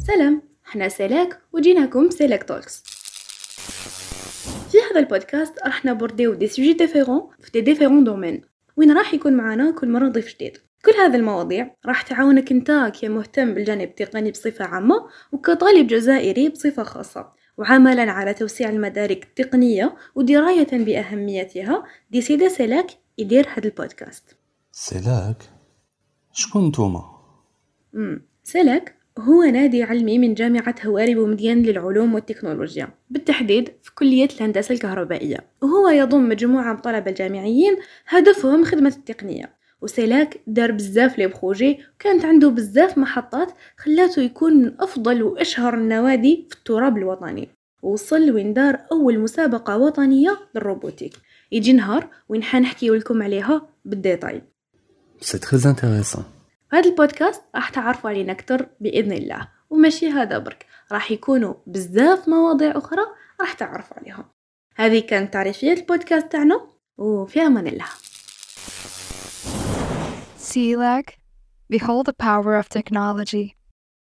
سلام، احنا سلاك وجيناكم سلاك توكس. في هذا البودكاست راح نبرديو دي سوجي ديفيرون في دي ديفيرون دومين، وين راح يكون معنا كل مرة ضيف جديد. كل هذه المواضيع راح تعاونك انت كمهتم بالجانب التقني بصفة عامة وكطالب جزائري بصفة خاصة، وعملا على توسيع المدارك التقنية ودراية بأهميتها. دي سيدة سلاك يدير هذا البودكاست. سلاك؟ شكون نتوما؟ سلاك هو نادي علمي من جامعة هواري بومدين للعلوم والتكنولوجيا، بالتحديد في كلية الهندسة الكهربائية، وهو يضم مجموعة من الطلبة الجامعيين هدفهم خدمة التقنية. وسلاك دار بزاف لي بروجي، وكانت عنده بزاف محطات خلاته يكون من أفضل وأشهر النوادي في التراب الوطني، ووصل وين دار أول مسابقة وطنية للروبوتيك. يجي نهار وين حنحكي لكم عليها بالديتاي. سي تري انتريسون. هذا البودكاست راح تعرفوا علينا أكتر بإذن الله، وماشي هذا برك، راح يكونوا بزاف مواضيع أخرى راح تعرفوا عليهم. هذه كانت تعريفية البودكاست تاعنا، وفي أمان الله. CELAC, behold the power of technology.